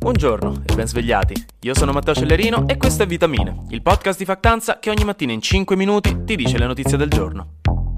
Buongiorno e ben svegliati. Io sono Matteo Cellerino e questo è Vitamine, il podcast di Factanza che ogni mattina in 5 minuti ti dice le notizie del giorno.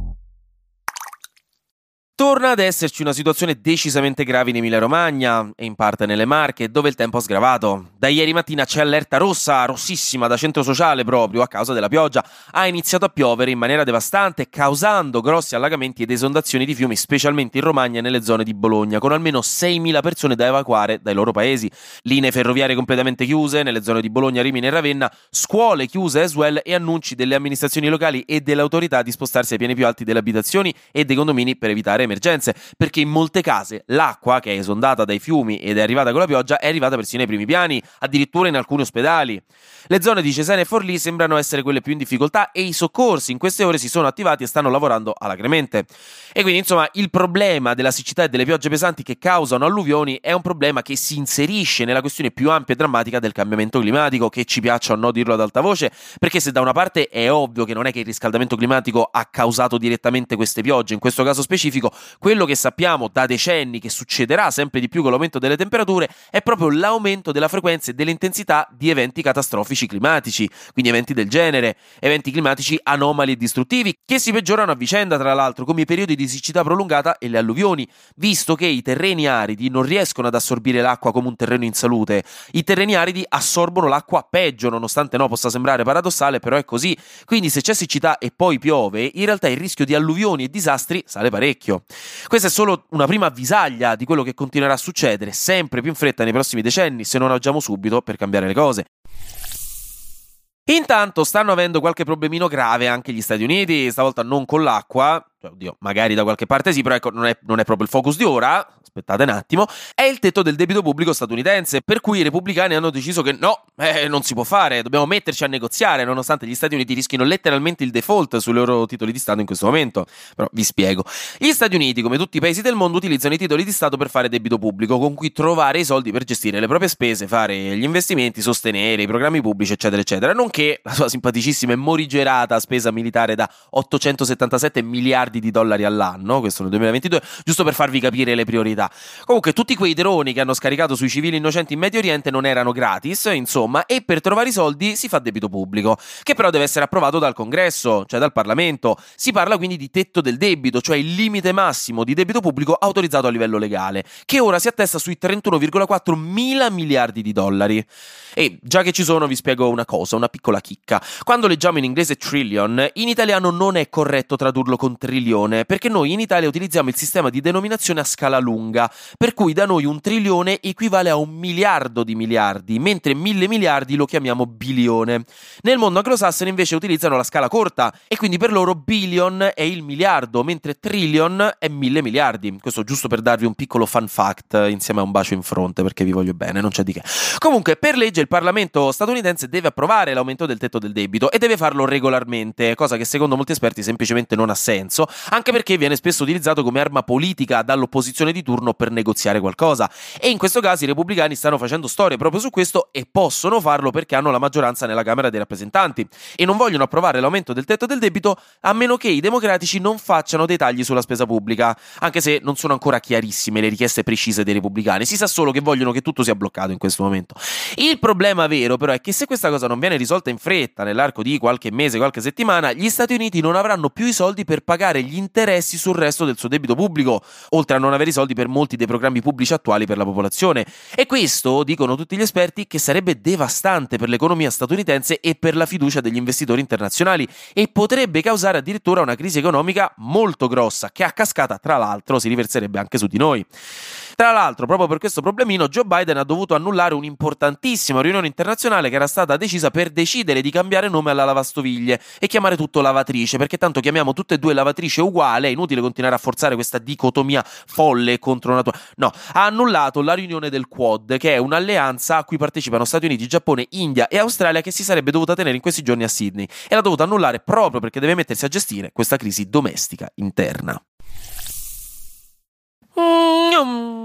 Torna ad esserci una situazione decisamente grave in Emilia-Romagna e in parte nelle Marche, dove il tempo ha sgravato. Da ieri mattina c'è allerta rossa, rossissima, da centro sociale proprio, a causa della pioggia. Ha iniziato a piovere in maniera devastante, causando grossi allagamenti ed esondazioni di fiumi, specialmente in Romagna e nelle zone di Bologna, con almeno 6.000 persone da evacuare dai loro paesi. Linee ferroviarie completamente chiuse nelle zone di Bologna, Rimini e Ravenna, scuole chiuse as well e annunci delle amministrazioni locali e delle autorità di spostarsi ai piani più alti delle abitazioni e dei condomini per evitare emergenze, perché in molte case l'acqua che è esondata dai fiumi ed è arrivata con la pioggia è arrivata persino ai primi piani, addirittura in alcuni ospedali. Le zone di Cesena e Forlì sembrano essere quelle più in difficoltà e i soccorsi in queste ore si sono attivati e stanno lavorando alacremente. E quindi insomma il problema della siccità e delle piogge pesanti che causano alluvioni è un problema che si inserisce nella questione più ampia e drammatica del cambiamento climatico, che ci piaccia o no dirlo ad alta voce, perché se da una parte è ovvio che non è che il riscaldamento climatico ha causato direttamente queste piogge, in questo caso specifico, quello che sappiamo da decenni che succederà sempre di più con l'aumento delle temperature è proprio l'aumento della frequenza e dell'intensità di eventi catastrofici climatici, quindi eventi del genere, eventi climatici anomali e distruttivi, che si peggiorano a vicenda tra l'altro, come i periodi di siccità prolungata e le alluvioni, visto che i terreni aridi non riescono ad assorbire l'acqua come un terreno in salute. I terreni aridi assorbono l'acqua peggio, nonostante no possa sembrare paradossale, però è così. Quindi se c'è siccità e poi piove, in realtà il rischio di alluvioni e disastri sale parecchio. Questa è solo una prima avvisaglia di quello che continuerà a succedere sempre più in fretta nei prossimi decenni se non agiamo subito per cambiare le cose. Intanto stanno avendo qualche problemino grave anche gli Stati Uniti, stavolta non con l'acqua, oddio, magari da qualche parte sì, però ecco, non è proprio il focus di ora, aspettate un attimo, è il tetto del debito pubblico statunitense, per cui i repubblicani hanno deciso che no, non si può fare, dobbiamo metterci a negoziare, nonostante gli Stati Uniti rischino letteralmente il default sui loro titoli di Stato in questo momento. Però vi spiego. Gli Stati Uniti, come tutti i paesi del mondo, utilizzano i titoli di Stato per fare debito pubblico, con cui trovare i soldi per gestire le proprie spese, fare gli investimenti, sostenere i programmi pubblici, eccetera, eccetera, nonché la sua simpaticissima e morigerata spesa militare da 877 miliardi di dollari all'anno, questo nel 2022, giusto per farvi capire le priorità. Comunque tutti quei droni che hanno scaricato sui civili innocenti in Medio Oriente non erano gratis, insomma, e per trovare i soldi si fa debito pubblico, che però deve essere approvato dal Congresso, cioè dal Parlamento. Si parla quindi di tetto del debito, cioè il limite massimo di debito pubblico autorizzato a livello legale, che ora si attesta sui 31,4 mila miliardi di dollari. E già che ci sono vi spiego una cosa, una piccola chicca. Quando leggiamo in inglese trillion, in italiano non è corretto tradurlo con trilione, perché noi in Italia utilizziamo il sistema di denominazione a scala lunga, per cui da noi 1 trilione equivale a 1 miliardo di miliardi, mentre 1.000 miliardi lo chiamiamo bilione. Nel mondo anglosassone invece utilizzano la scala corta e quindi per loro billion è il miliardo, mentre trillion è 1.000 miliardi. Questo giusto per darvi un piccolo fun fact insieme a un bacio in fronte, perché vi voglio bene, non c'è di che. Comunque, per legge il Parlamento statunitense deve approvare l'aumento del tetto del debito e deve farlo regolarmente, cosa che secondo molti esperti semplicemente non ha senso, anche perché viene spesso utilizzato come arma politica dall'opposizione di turno per negoziare qualcosa. E in questo caso i repubblicani stanno facendo storie proprio su questo e possono farlo perché hanno la maggioranza nella Camera dei rappresentanti e non vogliono approvare l'aumento del tetto del debito a meno che i democratici non facciano dei tagli sulla spesa pubblica, anche se non sono ancora chiarissime le richieste precise dei repubblicani. Si sa solo che vogliono che tutto sia bloccato in questo momento. Il problema vero però è che se questa cosa non viene risolta in fretta, nell'arco di qualche mese, qualche settimana, gli Stati Uniti non avranno più i soldi per pagare gli interessi sul resto del suo debito pubblico, oltre a non avere i soldi per molti dei programmi pubblici attuali per la popolazione. E questo, dicono tutti gli esperti, che sarebbe devastante per l'economia statunitense e per la fiducia degli investitori internazionali e potrebbe causare addirittura una crisi economica molto grossa, che a cascata, tra l'altro, si riverserebbe anche su di noi. Tra l'altro, proprio per questo problemino, Joe Biden ha dovuto annullare un'importantissima riunione internazionale che era stata decisa per decidere di cambiare nome alla lavastoviglie e chiamare tutto lavatrice, perché tanto chiamiamo tutte e due lavatrice uguale, è inutile continuare a forzare questa dicotomia folle contro natura. No, ha annullato la riunione del Quad, che è un'alleanza a cui partecipano Stati Uniti, Giappone, India e Australia, che si sarebbe dovuta tenere in questi giorni a Sydney, e l'ha dovuta annullare proprio perché deve mettersi a gestire questa crisi domestica interna.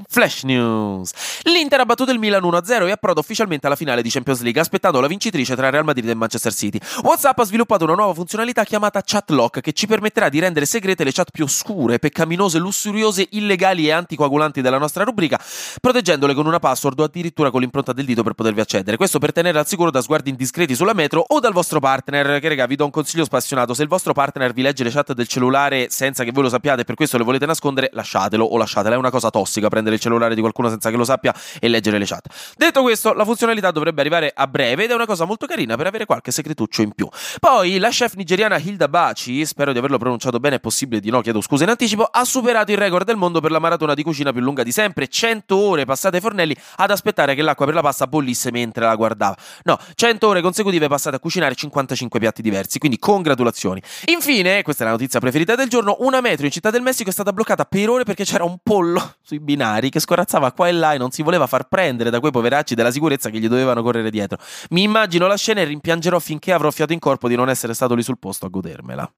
Flash News. L'Inter ha battuto il Milan 1-0 e approda ufficialmente alla finale di Champions League, aspettando la vincitrice tra Real Madrid e Manchester City. WhatsApp ha sviluppato una nuova funzionalità chiamata Chat Lock che ci permetterà di rendere segrete le chat più oscure, peccaminose, lussuriose, illegali e anticoagulanti della nostra rubrica, proteggendole con una password o addirittura con l'impronta del dito per potervi accedere. Questo per tenere al sicuro da sguardi indiscreti sulla metro o dal vostro partner, che vi do un consiglio spassionato: se il vostro partner vi legge le chat del cellulare senza che voi lo sappiate e per questo le volete nascondere, lasciatelo o lasciatela. È una cosa tossica prendere il cellulare di qualcuno senza che lo sappia e leggere le chat. Detto questo, la funzionalità dovrebbe arrivare a breve ed è una cosa molto carina per avere qualche segretuccio in più. Poi la chef nigeriana Hilda Baci, spero di averlo pronunciato bene, è possibile di no, chiedo scusa in anticipo, ha superato il record del mondo per la maratona di cucina più lunga di sempre: 100 ore passate ai fornelli ad aspettare che l'acqua per la pasta bollisse mentre la guardava. No, 100 ore consecutive passate a cucinare 55 piatti diversi, quindi congratulazioni. Infine, questa è la notizia preferita del giorno, una metro in Città del Messico è stata bloccata per ore perché c'era un pollo sui binari che scorazzava qua e là e non si voleva far prendere da quei poveracci della sicurezza che gli dovevano correre dietro. Mi immagino la scena e rimpiangerò finché avrò fiato in corpo di non essere stato lì sul posto a godermela.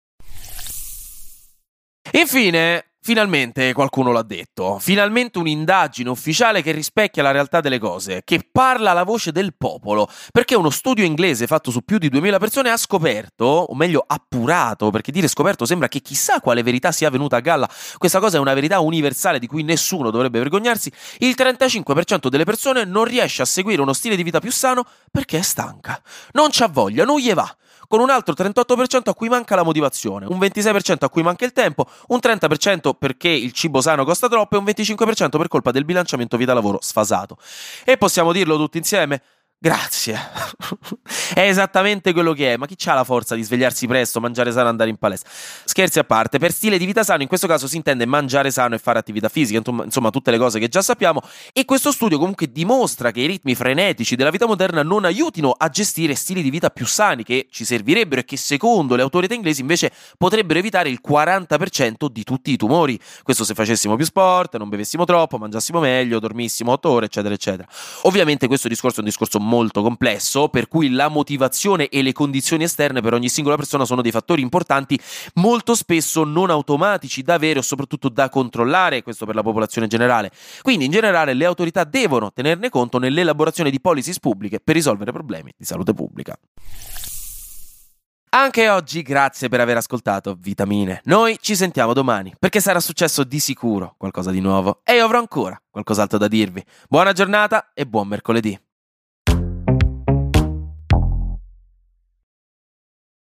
Infine, finalmente qualcuno l'ha detto, finalmente un'indagine ufficiale che rispecchia la realtà delle cose, che parla la voce del popolo, perché uno studio inglese fatto su più di 2000 persone ha scoperto, o meglio appurato, perché dire scoperto sembra che chissà quale verità sia venuta a galla, questa cosa è una verità universale di cui nessuno dovrebbe vergognarsi: il 35% delle persone non riesce a seguire uno stile di vita più sano perché è stanca, non c'ha voglia, non gli va, con un altro 38% a cui manca la motivazione, un 26% a cui manca il tempo, un 30% perché il cibo sano costa troppo e un 25% per colpa del bilanciamento vita-lavoro sfasato. E possiamo dirlo tutti insieme: grazie. È esattamente quello che è, ma chi c'ha la forza di svegliarsi presto, mangiare sano e andare in palestra? Scherzi a parte, per stile di vita sano in questo caso si intende mangiare sano e fare attività fisica, insomma tutte le cose che già sappiamo, e questo studio comunque dimostra che i ritmi frenetici della vita moderna non aiutino a gestire stili di vita più sani che ci servirebbero e che secondo le autorità inglesi invece potrebbero evitare il 40% di tutti i tumori. Questo se facessimo più sport, non bevessimo troppo, mangiassimo meglio, dormissimo 8 ore, eccetera eccetera. Ovviamente questo discorso è un discorso molto complesso, per cui la motivazione e le condizioni esterne per ogni singola persona sono dei fattori importanti, molto spesso non automatici da avere o soprattutto da controllare, questo per la popolazione generale. Quindi in generale le autorità devono tenerne conto nell'elaborazione di policies pubbliche per risolvere problemi di salute pubblica. Anche oggi grazie per aver ascoltato Vitamine. Noi ci sentiamo domani, perché sarà successo di sicuro qualcosa di nuovo e io avrò ancora qualcos'altro da dirvi. Buona giornata e buon mercoledì.